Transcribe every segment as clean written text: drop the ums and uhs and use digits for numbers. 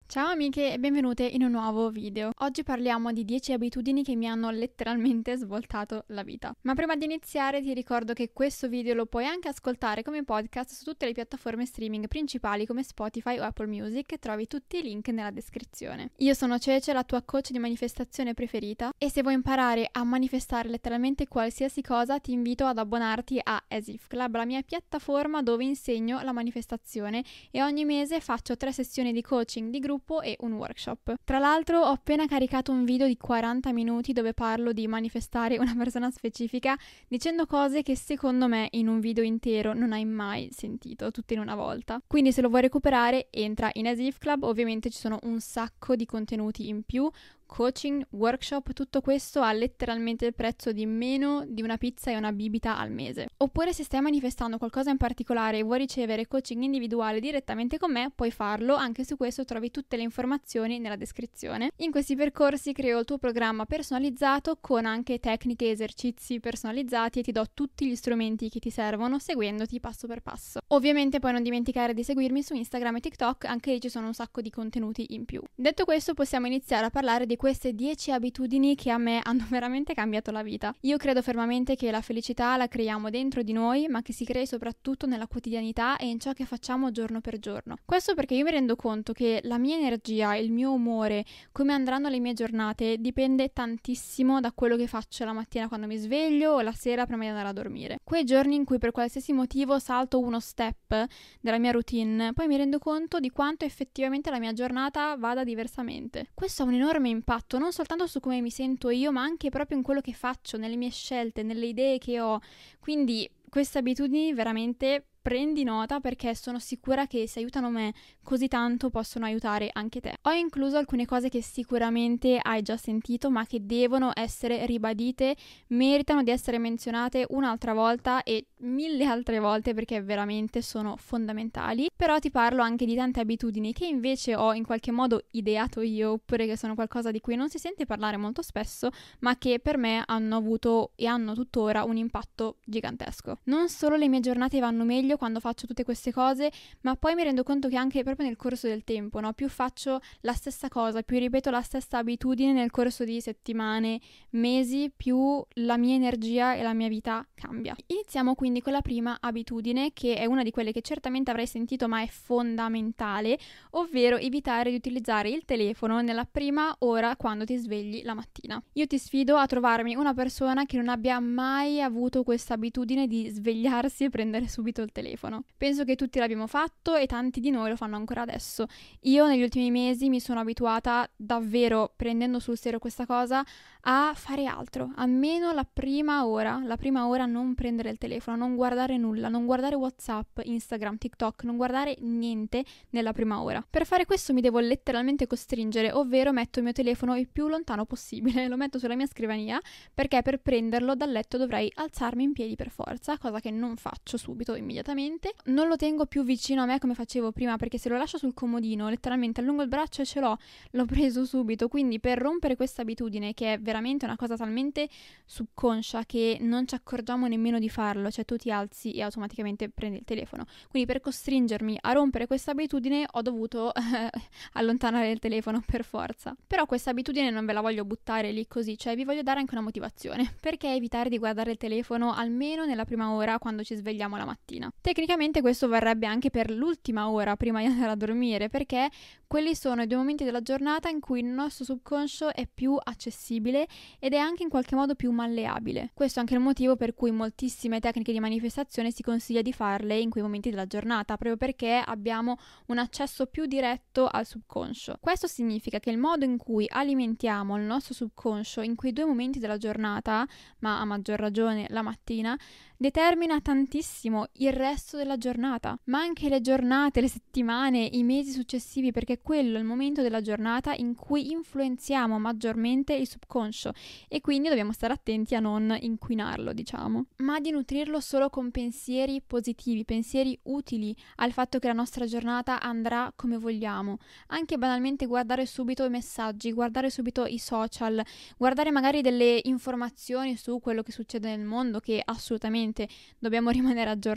Ciao amiche e benvenute in un nuovo video. Oggi parliamo di 10 abitudini che mi hanno letteralmente svoltato la vita. Ma prima di iniziare ti ricordo che questo video lo puoi anche ascoltare come podcast su tutte le piattaforme streaming principali come Spotify o Apple Music e trovi tutti i link nella descrizione. Io sono Cece, la tua coach di manifestazione preferita, e se vuoi imparare a manifestare letteralmente qualsiasi cosa ti invito ad abbonarti a As If Club, la mia piattaforma dove insegno la manifestazione e ogni mese faccio 3 sessioni di coaching di gruppo e un workshop. Tra l'altro ho appena caricato un video di 40 minuti dove parlo di manifestare una persona specifica dicendo cose che secondo me in un video intero non hai mai sentito, tutte in una volta. Quindi se lo vuoi recuperare entra in As If Club, ovviamente ci sono un sacco di contenuti in più, coaching, workshop, tutto questo ha letteralmente il prezzo di meno di una pizza e una bibita al mese. Oppure se stai manifestando qualcosa in particolare e vuoi ricevere coaching individuale direttamente con me, puoi farlo, anche su questo trovi tutte le informazioni nella descrizione. In questi percorsi creo il tuo programma personalizzato con anche tecniche e esercizi personalizzati e ti do tutti gli strumenti che ti servono seguendoti passo per passo. Ovviamente poi non dimenticare di seguirmi su Instagram e TikTok, anche lì ci sono un sacco di contenuti in più. Detto questo possiamo iniziare a parlare di queste 10 abitudini che a me hanno veramente cambiato la vita. Io credo fermamente che la felicità la creiamo dentro di noi, ma che si crei soprattutto nella quotidianità e in ciò che facciamo giorno per giorno. Questo perché io mi rendo conto che la mia energia, il mio umore, come andranno le mie giornate, dipende tantissimo da quello che faccio la mattina quando mi sveglio o la sera prima di andare a dormire. Quei giorni in cui per qualsiasi motivo salto uno step della mia routine, poi mi rendo conto di quanto effettivamente la mia giornata vada diversamente. Questo ha un enorme impatto non soltanto su come mi sento io, ma anche proprio in quello che faccio, nelle mie scelte, nelle idee che ho. Quindi queste abitudini veramente prendi nota, perché sono sicura che se aiutano me così tanto possono aiutare anche te. Ho incluso alcune cose che sicuramente hai già sentito ma che devono essere ribadite, meritano di essere menzionate un'altra volta e 1000 altre volte perché veramente sono fondamentali. Però ti parlo anche di tante abitudini che invece ho in qualche modo ideato io, oppure che sono qualcosa di cui non si sente parlare molto spesso ma che per me hanno avuto e hanno tuttora un impatto gigantesco. Non solo le mie giornate vanno meglio quando faccio tutte queste cose, ma poi mi rendo conto che anche proprio nel corso del tempo, no? Più faccio la stessa cosa, più ripeto la stessa abitudine nel corso di settimane, mesi, più la mia energia e la mia vita cambia. Iniziamo quindi con la prima abitudine, che è una di quelle che certamente avrai sentito ma è fondamentale, ovvero evitare di utilizzare il telefono nella prima ora quando ti svegli la mattina. Io ti sfido a trovarmi una persona che non abbia mai avuto questa abitudine di svegliarsi e prendere subito il telefono. Penso che tutti l'abbiamo fatto e tanti di noi lo fanno ancora adesso. Io negli ultimi mesi mi sono abituata davvero, prendendo sul serio questa cosa, a fare altro, almeno la prima ora non prendere il telefono, non guardare nulla, non guardare WhatsApp, Instagram, TikTok, non guardare niente nella prima ora. Per fare questo mi devo letteralmente costringere, ovvero metto il mio telefono il più lontano possibile, lo metto sulla mia scrivania, perché per prenderlo dal letto dovrei alzarmi in piedi per forza, cosa che non faccio subito, immediatamente. Non lo tengo più vicino a me come facevo prima, perché se lo lascio sul comodino, letteralmente allungo il braccio e l'ho preso subito. Quindi per rompere questa abitudine, che è veramente una cosa talmente subconscia che non ci accorgiamo nemmeno di farlo, cioè tu ti alzi e automaticamente prendi il telefono. Quindi per costringermi a rompere questa abitudine ho dovuto allontanare il telefono per forza. Però questa abitudine non ve la voglio buttare lì così, cioè vi voglio dare anche una motivazione. Perché evitare di guardare il telefono almeno nella prima ora quando ci svegliamo la mattina? Tecnicamente questo varrebbe anche per l'ultima ora prima di andare a dormire, perché quelli sono i 2 momenti della giornata in cui il nostro subconscio è più accessibile ed è anche in qualche modo più malleabile. Questo è anche il motivo per cui moltissime tecniche di manifestazione si consiglia di farle in quei momenti della giornata, proprio perché abbiamo un accesso più diretto al subconscio. Questo significa che il modo in cui alimentiamo il nostro subconscio in quei 2 momenti della giornata, ma a maggior ragione la mattina, determina tantissimo il resto della giornata, ma anche le giornate, le settimane, i mesi successivi, perché quello è il momento della giornata in cui influenziamo maggiormente il subconscio e quindi dobbiamo stare attenti a non inquinarlo, diciamo, ma di nutrirlo solo con pensieri positivi, pensieri utili al fatto che la nostra giornata andrà come vogliamo. Anche banalmente guardare subito i messaggi, guardare subito i social, guardare magari delle informazioni su quello che succede nel mondo, che assolutamente dobbiamo rimanere aggiornati,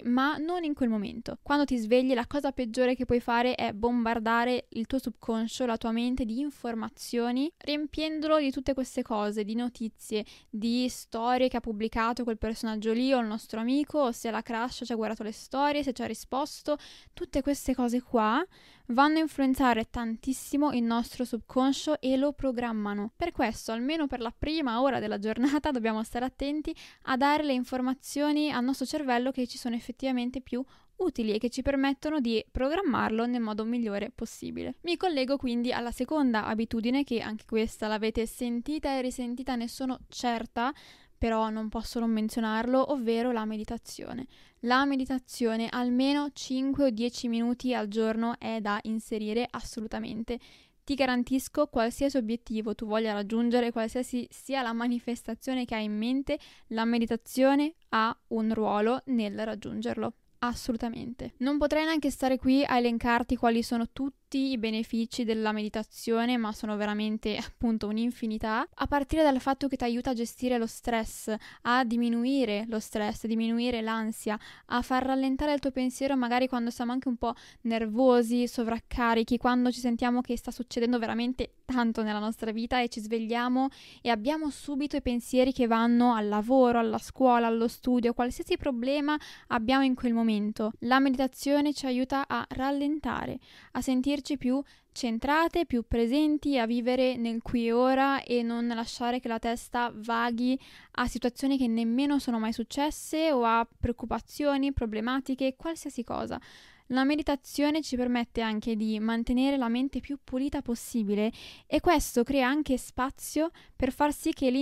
ma non in quel momento. Quando ti svegli, la cosa peggiore che puoi fare è bombardare il tuo subconscio, la tua mente di informazioni, riempiendolo di tutte queste cose, di notizie, di storie che ha pubblicato quel personaggio lì o il nostro amico, o se la crush ci ha guardato le storie, se ci ha risposto. Tutte queste cose qua vanno a influenzare tantissimo il nostro subconscio e lo programmano. Per questo, almeno per la prima ora della giornata, dobbiamo stare attenti a dare le informazioni al nostro cervello che ci sono effettivamente più utili e che ci permettono di programmarlo nel modo migliore possibile. Mi collego quindi alla seconda abitudine, che anche questa l'avete sentita e risentita, ne sono certa, però non posso non menzionarlo, ovvero la meditazione. La meditazione, almeno 5 o 10 minuti al giorno, è da inserire assolutamente. Ti garantisco, qualsiasi obiettivo tu voglia raggiungere, qualsiasi sia la manifestazione che hai in mente, la meditazione ha un ruolo nel raggiungerlo. Assolutamente. Non potrei neanche stare qui a elencarti quali sono tutti i benefici della meditazione, ma sono veramente appunto un'infinità, a partire dal fatto che ti aiuta a gestire lo stress, a diminuire lo stress, a diminuire l'ansia, a far rallentare il tuo pensiero magari quando siamo anche un po' nervosi, sovraccarichi, quando ci sentiamo che sta succedendo veramente tanto nella nostra vita e ci svegliamo e abbiamo subito i pensieri che vanno al lavoro, alla scuola, allo studio, qualsiasi problema abbiamo in quel momento. La meditazione ci aiuta a rallentare, a sentirci più centrate, più presenti, a vivere nel qui e ora e non lasciare che la testa vaghi a situazioni che nemmeno sono mai successe o a preoccupazioni, problematiche, qualsiasi cosa. La meditazione ci permette anche di mantenere la mente più pulita possibile e questo crea anche spazio per far sì che le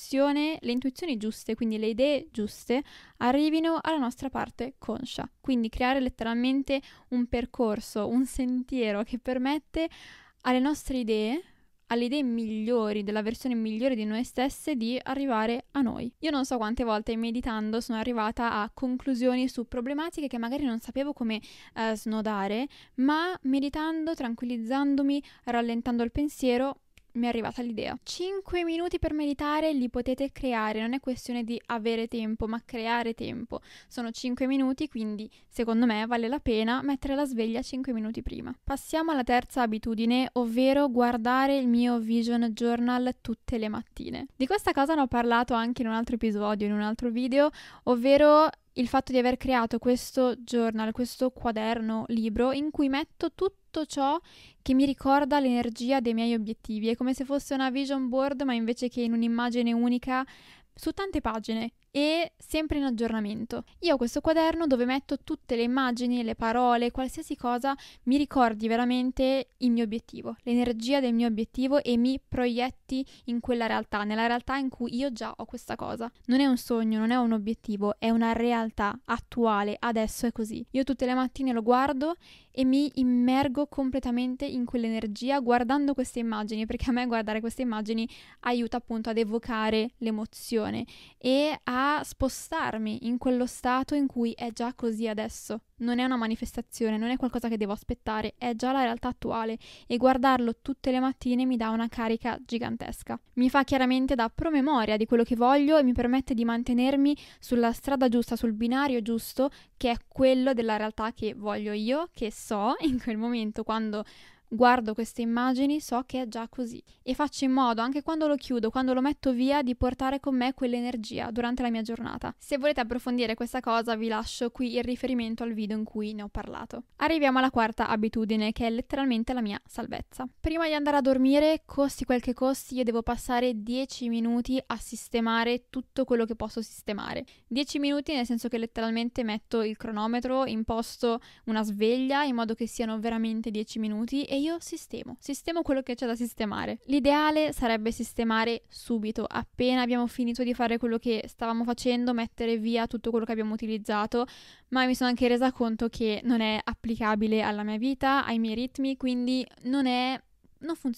intuizioni giuste, quindi le idee giuste, arrivino alla nostra parte conscia. Quindi creare letteralmente un percorso, un sentiero che permette alle nostre idee, alle idee migliori, della versione migliore di noi stesse, di arrivare a noi. Io non so quante volte meditando sono arrivata a conclusioni su problematiche che magari non sapevo come snodare, ma meditando, tranquillizzandomi, rallentando il pensiero, mi è arrivata l'idea. 5 minuti per meditare li potete creare, non è questione di avere tempo, ma creare tempo. Sono 5 minuti, quindi secondo me vale la pena mettere la sveglia 5 minuti prima. Passiamo alla terza abitudine, ovvero guardare il mio vision journal tutte le mattine. Di questa cosa ne ho parlato anche in un altro episodio, in un altro video, ovvero il fatto di aver creato questo journal, questo quaderno, libro, in cui metto tutto ciò che mi ricorda l'energia dei miei obiettivi. È come se fosse una vision board, ma invece che in un'immagine unica, su tante pagine e sempre in aggiornamento. Io ho questo quaderno dove metto tutte le immagini, le parole, qualsiasi cosa mi ricordi veramente il mio obiettivo, l'energia del mio obiettivo e mi proietti in quella realtà, nella realtà in cui io già ho questa cosa. Non è un sogno, non è un obiettivo, è una realtà attuale, adesso è così. Io tutte le mattine lo guardo e mi immergo completamente in quell'energia guardando queste immagini, perché a me guardare queste immagini aiuta appunto ad evocare l'emozione e a spostarmi in quello stato in cui è già così adesso. Non è una manifestazione, non è qualcosa che devo aspettare, è già la realtà attuale e guardarlo tutte le mattine mi dà una carica gigantesca. Mi fa chiaramente da promemoria di quello che voglio e mi permette di mantenermi sulla strada giusta, sul binario giusto, che è quello della realtà che voglio io, che so in quel momento quando guardo queste immagini, so che è già così e faccio in modo, anche quando lo chiudo, quando lo metto via, di portare con me quell'energia durante la mia giornata. Se volete approfondire questa cosa vi lascio qui il riferimento al video in cui ne ho parlato. Arriviamo alla quarta abitudine, che è letteralmente la mia salvezza. Prima di andare a dormire, costi quel che costi, io devo passare 10 minuti a sistemare tutto quello che posso sistemare. 10 minuti nel senso che letteralmente metto il cronometro, imposto una sveglia in modo che siano veramente 10 minuti e io sistemo quello che c'è da sistemare. L'ideale sarebbe sistemare subito, appena abbiamo finito di fare quello che stavamo facendo, mettere via tutto quello che abbiamo utilizzato, ma mi sono anche resa conto che non è applicabile alla mia vita, ai miei ritmi, quindi non funziona.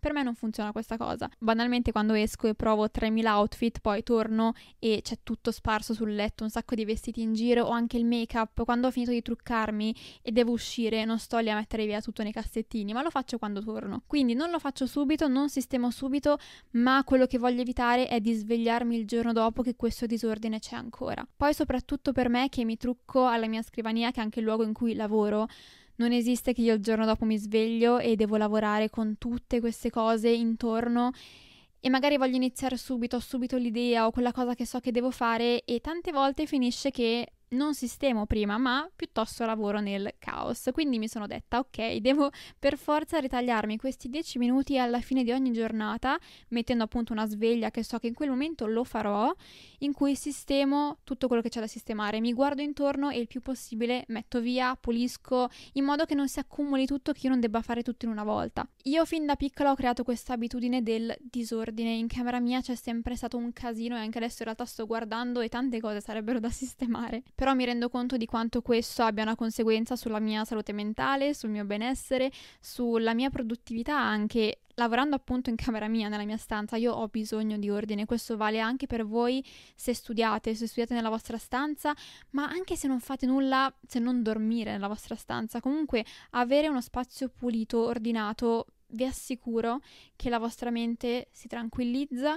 Per me non funziona questa cosa. Banalmente quando esco e provo 3000 outfit, poi torno e c'è tutto sparso sul letto, un sacco di vestiti in giro o anche il make-up. Quando ho finito di truccarmi e devo uscire, non sto lì a mettere via tutto nei cassettini, ma lo faccio quando torno. Quindi non lo faccio subito, non sistemo subito, ma quello che voglio evitare è di svegliarmi il giorno dopo che questo disordine c'è ancora. Poi soprattutto per me che mi trucco alla mia scrivania, che è anche il luogo in cui lavoro, non esiste che io il giorno dopo mi sveglio e devo lavorare con tutte queste cose intorno e magari voglio iniziare subito, ho subito l'idea o quella cosa che so che devo fare e tante volte finisce che non sistemo prima, ma piuttosto lavoro nel caos. Quindi mi sono detta, ok, devo per forza ritagliarmi questi 10 minuti alla fine di ogni giornata, mettendo appunto una sveglia che so che in quel momento lo farò, in cui sistemo tutto quello che c'è da sistemare. Mi guardo intorno e il più possibile metto via, pulisco, in modo che non si accumuli tutto, che io non debba fare tutto in una volta. Io fin da piccola ho creato questa abitudine del disordine. In camera mia c'è sempre stato un casino e anche adesso in realtà sto guardando e tante cose sarebbero da sistemare. Però mi rendo conto di quanto questo abbia una conseguenza sulla mia salute mentale, sul mio benessere, sulla mia produttività anche. Lavorando appunto in camera mia, nella mia stanza, io ho bisogno di ordine. Questo vale anche per voi se studiate nella vostra stanza, ma anche se non fate nulla, se non dormire nella vostra stanza. Comunque avere uno spazio pulito, ordinato, vi assicuro che la vostra mente si tranquillizza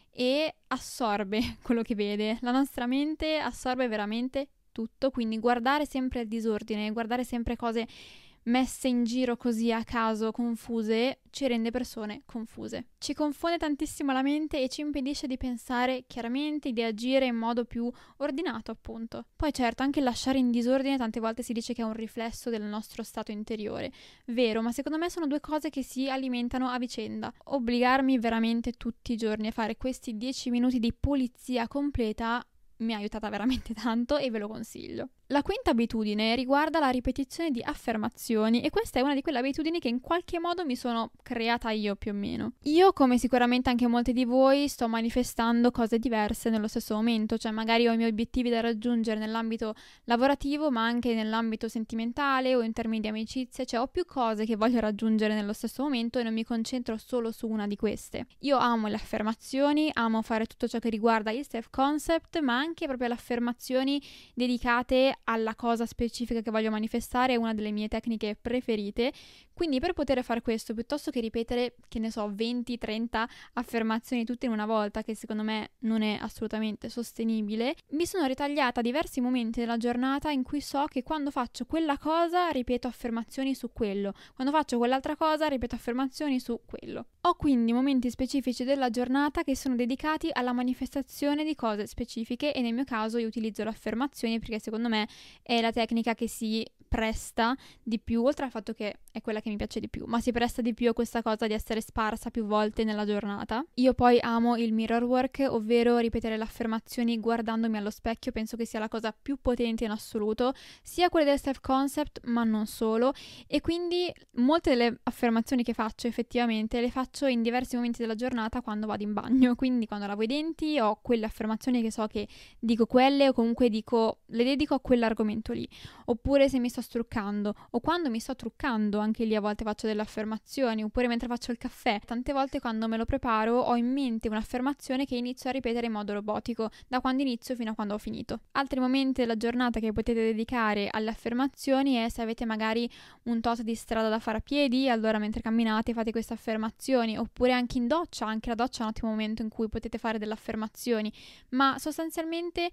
e assorbe quello che vede. La nostra mente assorbe veramente tutto, quindi guardare sempre il disordine, guardare sempre cose messe in giro così a caso, confuse, ci rende persone confuse. Ci confonde tantissimo la mente e ci impedisce di pensare chiaramente, di agire in modo più ordinato, appunto. Poi certo, anche il lasciare in disordine tante volte si dice che è un riflesso del nostro stato interiore. Vero, ma secondo me sono due cose che si alimentano a vicenda. Obbligarmi veramente tutti i giorni a fare questi 10 minuti di pulizia completa mi ha aiutata veramente tanto e ve lo consiglio. La quinta abitudine riguarda la ripetizione di affermazioni e questa è una di quelle abitudini che in qualche modo mi sono creata io più o meno. Io, come sicuramente anche molti di voi, sto manifestando cose diverse nello stesso momento, cioè magari ho i miei obiettivi da raggiungere nell'ambito lavorativo ma anche nell'ambito sentimentale o in termini di amicizie, cioè ho più cose che voglio raggiungere nello stesso momento e non mi concentro solo su una di queste. Io amo le affermazioni, amo fare tutto ciò che riguarda il self-concept, ma anche proprio le affermazioni dedicate alla cosa specifica che voglio manifestare, è una delle mie tecniche preferite. Quindi per poter fare questo, piuttosto che ripetere, che ne so, 20-30 affermazioni tutte in una volta, che secondo me non è assolutamente sostenibile, mi sono ritagliata diversi momenti della giornata in cui so che quando faccio quella cosa ripeto affermazioni su quello, quando faccio quell'altra cosa ripeto affermazioni su quello. Ho quindi momenti specifici della giornata che sono dedicati alla manifestazione di cose specifiche e nel mio caso io utilizzo le affermazioni perché secondo me è la tecnica che si presta di più, oltre al fatto che è quella che mi piace di più, ma si presta di più a questa cosa di essere sparsa più volte nella giornata. Io poi amo il mirror work, ovvero ripetere le affermazioni guardandomi allo specchio, penso che sia la cosa più potente in assoluto, sia quelle del self-concept, ma non solo, e quindi molte delle affermazioni che faccio effettivamente le faccio in diversi momenti della giornata quando vado in bagno, quindi quando lavo i denti ho quelle affermazioni che so che dico quelle o comunque le dedico a quell'argomento lì, oppure se mi sto struccando o quando mi sto truccando, anche lì a volte faccio delle affermazioni, oppure mentre faccio il caffè. Tante volte quando me lo preparo ho in mente un'affermazione che inizio a ripetere in modo robotico, da quando inizio fino a quando ho finito. Altri momenti della giornata che potete dedicare alle affermazioni è se avete magari un tot di strada da fare a piedi, allora mentre camminate fate queste affermazioni, oppure anche in doccia, anche la doccia è un ottimo momento in cui potete fare delle affermazioni, ma sostanzialmente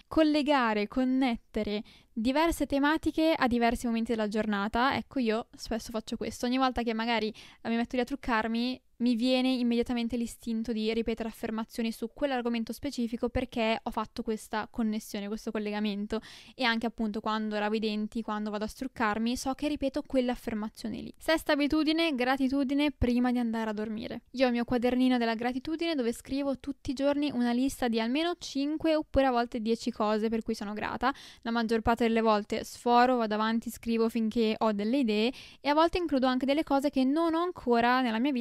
connettere diverse tematiche a diversi momenti della giornata. Ecco, io spesso faccio questo. Ogni volta che magari mi metto lì a truccarmi mi viene immediatamente l'istinto di ripetere affermazioni su quell'argomento specifico perché ho fatto questa connessione, questo collegamento, e anche appunto quando lavo i denti, quando vado a struccarmi, so che ripeto quelle affermazioni lì. Sesta abitudine, gratitudine prima di andare a dormire. Io ho il mio quadernino della gratitudine dove scrivo tutti i giorni una lista di almeno 5 oppure a volte 10 cose per cui sono grata. La maggior parte delle volte sforo, vado avanti, scrivo finché ho delle idee e a volte includo anche delle cose che non ho ancora nella mia vita ma che sto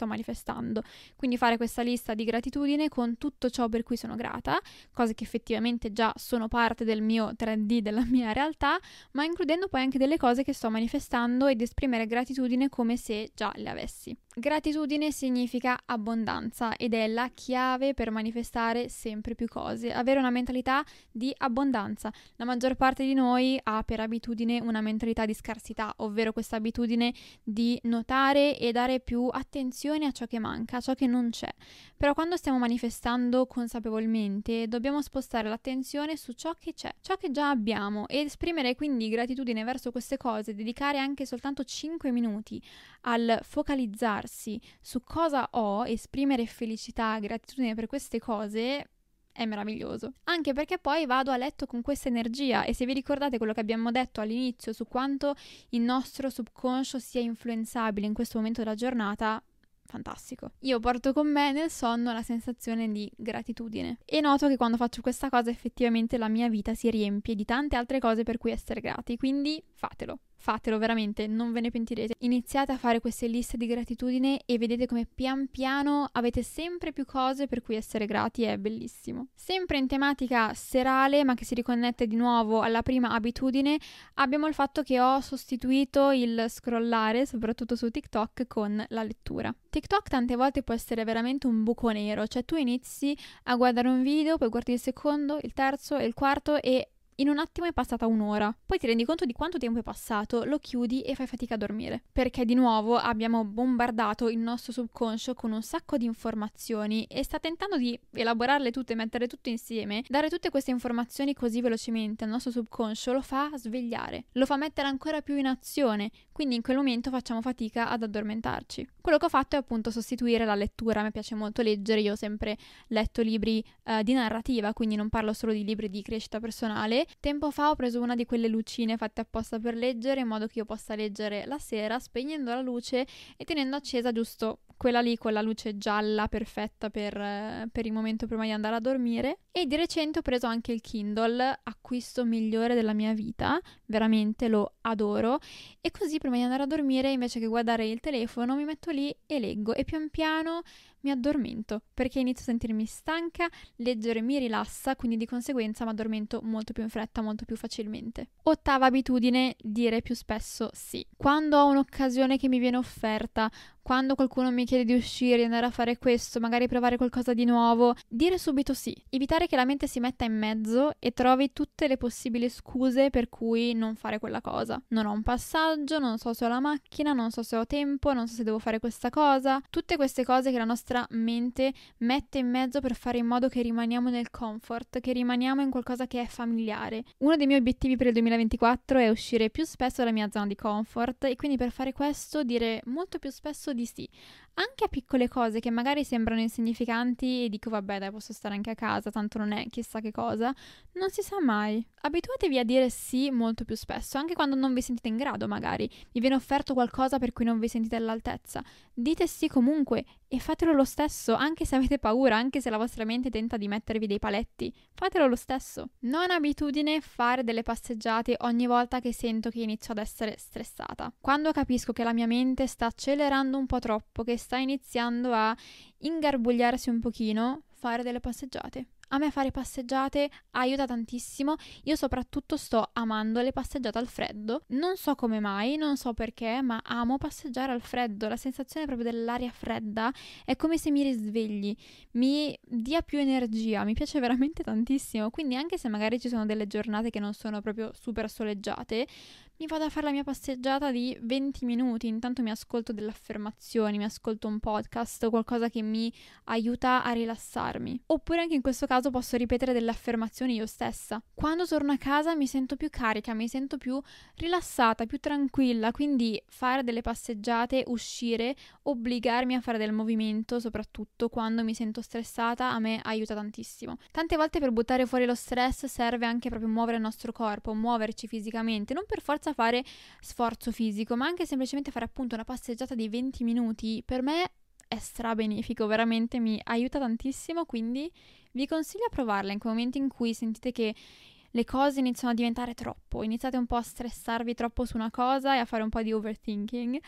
manifestando. Quindi fare questa lista di gratitudine con tutto ciò per cui sono grata, cose che effettivamente già sono parte del mio 3D, della mia realtà, ma includendo poi anche delle cose che sto manifestando ed esprimere gratitudine come se già le avessi. Gratitudine significa abbondanza ed è la chiave per manifestare sempre più cose, avere una mentalità di abbondanza. La maggior parte di noi ha per abitudine una mentalità di scarsità, ovvero questa abitudine di notare e dare più attenzione a ciò che manca, a ciò che non c'è. Però quando stiamo manifestando consapevolmente, dobbiamo spostare l'attenzione su ciò che c'è, ciò che già abbiamo, e esprimere quindi gratitudine verso queste cose, dedicare anche soltanto 5 minuti al focalizzarsi su cosa ho, esprimere felicità, gratitudine per queste cose, è meraviglioso. Anche perché poi vado a letto con questa energia, e se vi ricordate quello che abbiamo detto all'inizio su quanto il nostro subconscio sia influenzabile in questo momento della giornata, fantastico. Io porto con me nel sonno la sensazione di gratitudine e noto che quando faccio questa cosa effettivamente la mia vita si riempie di tante altre cose per cui essere grati, quindi fatelo. Fatelo veramente, non ve ne pentirete. Iniziate a fare queste liste di gratitudine e vedete come pian piano avete sempre più cose per cui essere grati, è bellissimo. Sempre in tematica serale, ma che si riconnette di nuovo alla prima abitudine, abbiamo il fatto che ho sostituito il scrollare, soprattutto su TikTok, con la lettura. TikTok tante volte può essere veramente un buco nero, cioè tu inizi a guardare un video, poi guardi il secondo, il terzo e il quarto e in un attimo è passata un'ora. Poi ti rendi conto di quanto tempo è passato, lo chiudi e fai fatica a dormire. Perché di nuovo abbiamo bombardato il nostro subconscio con un sacco di informazioni e sta tentando di elaborarle tutte, mettere tutto insieme. Dare tutte queste informazioni così velocemente al nostro subconscio lo fa svegliare, lo fa mettere ancora più in azione, quindi in quel momento facciamo fatica ad addormentarci. Quello che ho fatto è appunto sostituire la lettura. A me piace molto leggere, io ho sempre letto libri di narrativa, quindi non parlo solo di libri di crescita personale. Tempo fa ho preso una di quelle lucine fatte apposta per leggere, in modo che io possa leggere la sera spegnendo la luce e tenendo accesa giusto quella lì con la luce gialla perfetta per il momento prima di andare a dormire. E di recente ho preso anche il Kindle, acquisto migliore della mia vita, veramente lo adoro, e così prima di andare a dormire invece che guardare il telefono mi metto lì e leggo e pian piano mi addormento perché inizio a sentirmi stanca, leggere mi rilassa, quindi di conseguenza mi addormento molto più in fretta, molto più facilmente. Ottava abitudine, dire più spesso sì. Quando ho un'occasione che mi viene offerta, quando qualcuno mi chiede di uscire, di andare a fare questo, magari provare qualcosa di nuovo, dire subito sì. Evitare che la mente si metta in mezzo e trovi tutte le possibili scuse per cui non fare quella cosa. Non ho un passaggio, non so se ho la macchina, non so se ho tempo, non so se devo fare questa cosa. Tutte queste cose che la nostra mente mette in mezzo per fare in modo che rimaniamo nel comfort, che rimaniamo in qualcosa che è familiare. Uno dei miei obiettivi per il 2024 è uscire più spesso dalla mia zona di comfort e quindi per fare questo dire molto più spesso di sì, anche a piccole cose che magari sembrano insignificanti e dico vabbè dai, posso stare anche a casa, tanto non è chissà che cosa. Non si sa mai. Abituatevi a dire sì molto più spesso, anche quando non vi sentite in grado magari, vi viene offerto qualcosa per cui non vi sentite all'altezza. Dite sì comunque e fatelo lo stesso, anche se avete paura, anche se la vostra mente tenta di mettervi dei paletti. Fatelo lo stesso. Non abitudine fare delle passeggiate ogni volta che sento che inizio ad essere stressata. Quando capisco che la mia mente sta accelerando un po' troppo, che sta iniziando a ingarbugliarsi un pochino, fare delle passeggiate. A me fare passeggiate aiuta tantissimo. Io soprattutto sto amando le passeggiate al freddo. Non so come mai, non so perché, ma amo passeggiare al freddo. La sensazione proprio dell'aria fredda è come se mi risvegli, mi dia più energia. Mi piace veramente tantissimo. Quindi anche se magari ci sono delle giornate che non sono proprio super soleggiate, mi vado a fare la mia passeggiata di 20 minuti, intanto mi ascolto delle affermazioni, mi ascolto un podcast o qualcosa che mi aiuta a rilassarmi. Oppure anche in questo caso posso ripetere delle affermazioni io stessa. Quando torno a casa mi sento più carica, mi sento più rilassata, più tranquilla, quindi fare delle passeggiate, uscire, obbligarmi a fare del movimento, soprattutto quando mi sento stressata, a me aiuta tantissimo. Tante volte per buttare fuori lo stress serve anche proprio muovere il nostro corpo, muoverci fisicamente, non per forza fare sforzo fisico, ma anche semplicemente fare appunto una passeggiata di 20 minuti per me è strabenefico, veramente mi aiuta tantissimo, quindi vi consiglio a provarla in quei momenti in cui sentite che le cose iniziano a diventare troppo, iniziate un po' a stressarvi troppo su una cosa e a fare un po' di overthinking.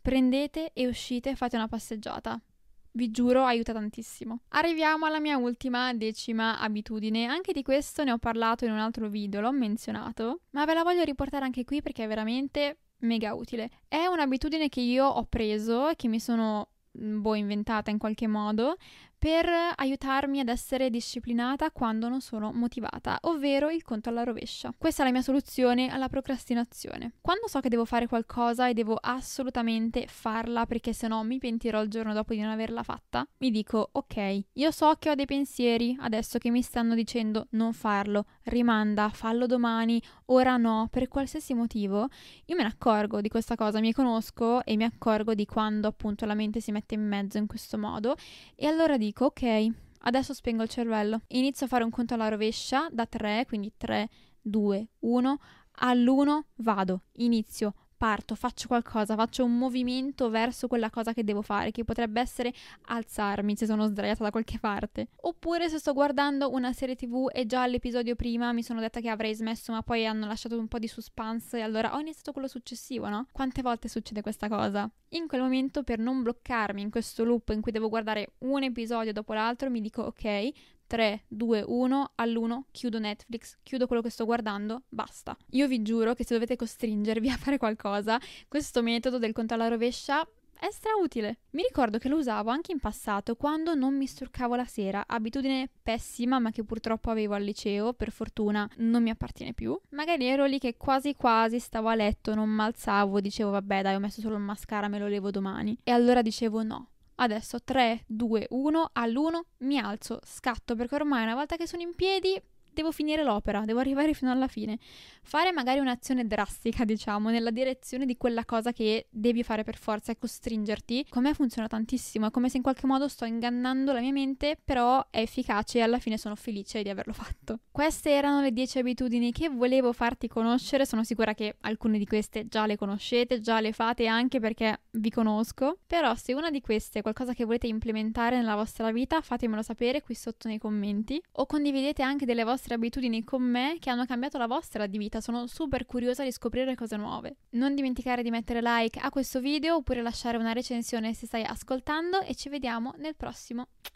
prendete e uscite e fate una passeggiata. Vi giuro, aiuta tantissimo. Arriviamo alla mia ultima 10ª abitudine. Anche di questo ne ho parlato in un altro video, l'ho menzionato, ma ve la voglio riportare anche qui perché è veramente mega utile. È un'abitudine che io ho preso e che mi sono inventata in qualche modo per aiutarmi ad essere disciplinata quando non sono motivata, ovvero il conto alla rovescia. Questa è la mia soluzione alla procrastinazione. Quando so che devo fare qualcosa e devo assolutamente farla perché sennò mi pentirò il giorno dopo di non averla fatta, mi dico ok, io so che ho dei pensieri adesso che mi stanno dicendo non farlo, rimanda, fallo domani, ora no, per qualsiasi motivo. Io me ne accorgo di questa cosa, mi conosco e mi accorgo di quando appunto la mente si mette in mezzo in questo modo e allora dico ok, adesso spengo il cervello, inizio a fare un conto alla rovescia da 3, quindi 3, 2, 1, all'1 vado, inizio, parto, faccio qualcosa, faccio un movimento verso quella cosa che devo fare, che potrebbe essere alzarmi se sono sdraiata da qualche parte. Oppure se sto guardando una serie TV e già all'episodio prima mi sono detta che avrei smesso, ma poi hanno lasciato un po' di suspense e allora ho iniziato quello successivo, no? Quante volte succede questa cosa? In quel momento, per non bloccarmi in questo loop in cui devo guardare un episodio dopo l'altro, mi dico ok, 3, 2, 1, all'1, chiudo Netflix, chiudo quello che sto guardando, basta. Io vi giuro che se dovete costringervi a fare qualcosa, questo metodo del conto alla rovescia è strautile. Mi ricordo che lo usavo anche in passato quando non mi struccavo la sera, abitudine pessima ma che purtroppo avevo al liceo, per fortuna non mi appartiene più. Magari ero lì che quasi quasi stavo a letto, non mi alzavo, dicevo vabbè dai ho messo solo il mascara, me lo levo domani. E allora dicevo no. Adesso 3, 2, 1, all'1 mi alzo, scatto perché ormai una volta che sono in piedi devo finire l'opera, devo arrivare fino alla fine. Fare magari un'azione drastica, diciamo, nella direzione di quella cosa che devi fare per forza e costringerti, con me funziona tantissimo, è come se in qualche modo sto ingannando la mia mente, però è efficace e alla fine sono felice di averlo fatto. Queste erano le 10 abitudini che volevo farti conoscere, sono sicura che alcune di queste già le conoscete, già le fate anche perché vi conosco, però se una di queste è qualcosa che volete implementare nella vostra vita, fatemelo sapere qui sotto nei commenti o condividete anche delle vostre abitudini con me che hanno cambiato la vostra di vita. Sono super curiosa di scoprire cose nuove. Non dimenticare di mettere like a questo video oppure lasciare una recensione se stai ascoltando e ci vediamo nel prossimo.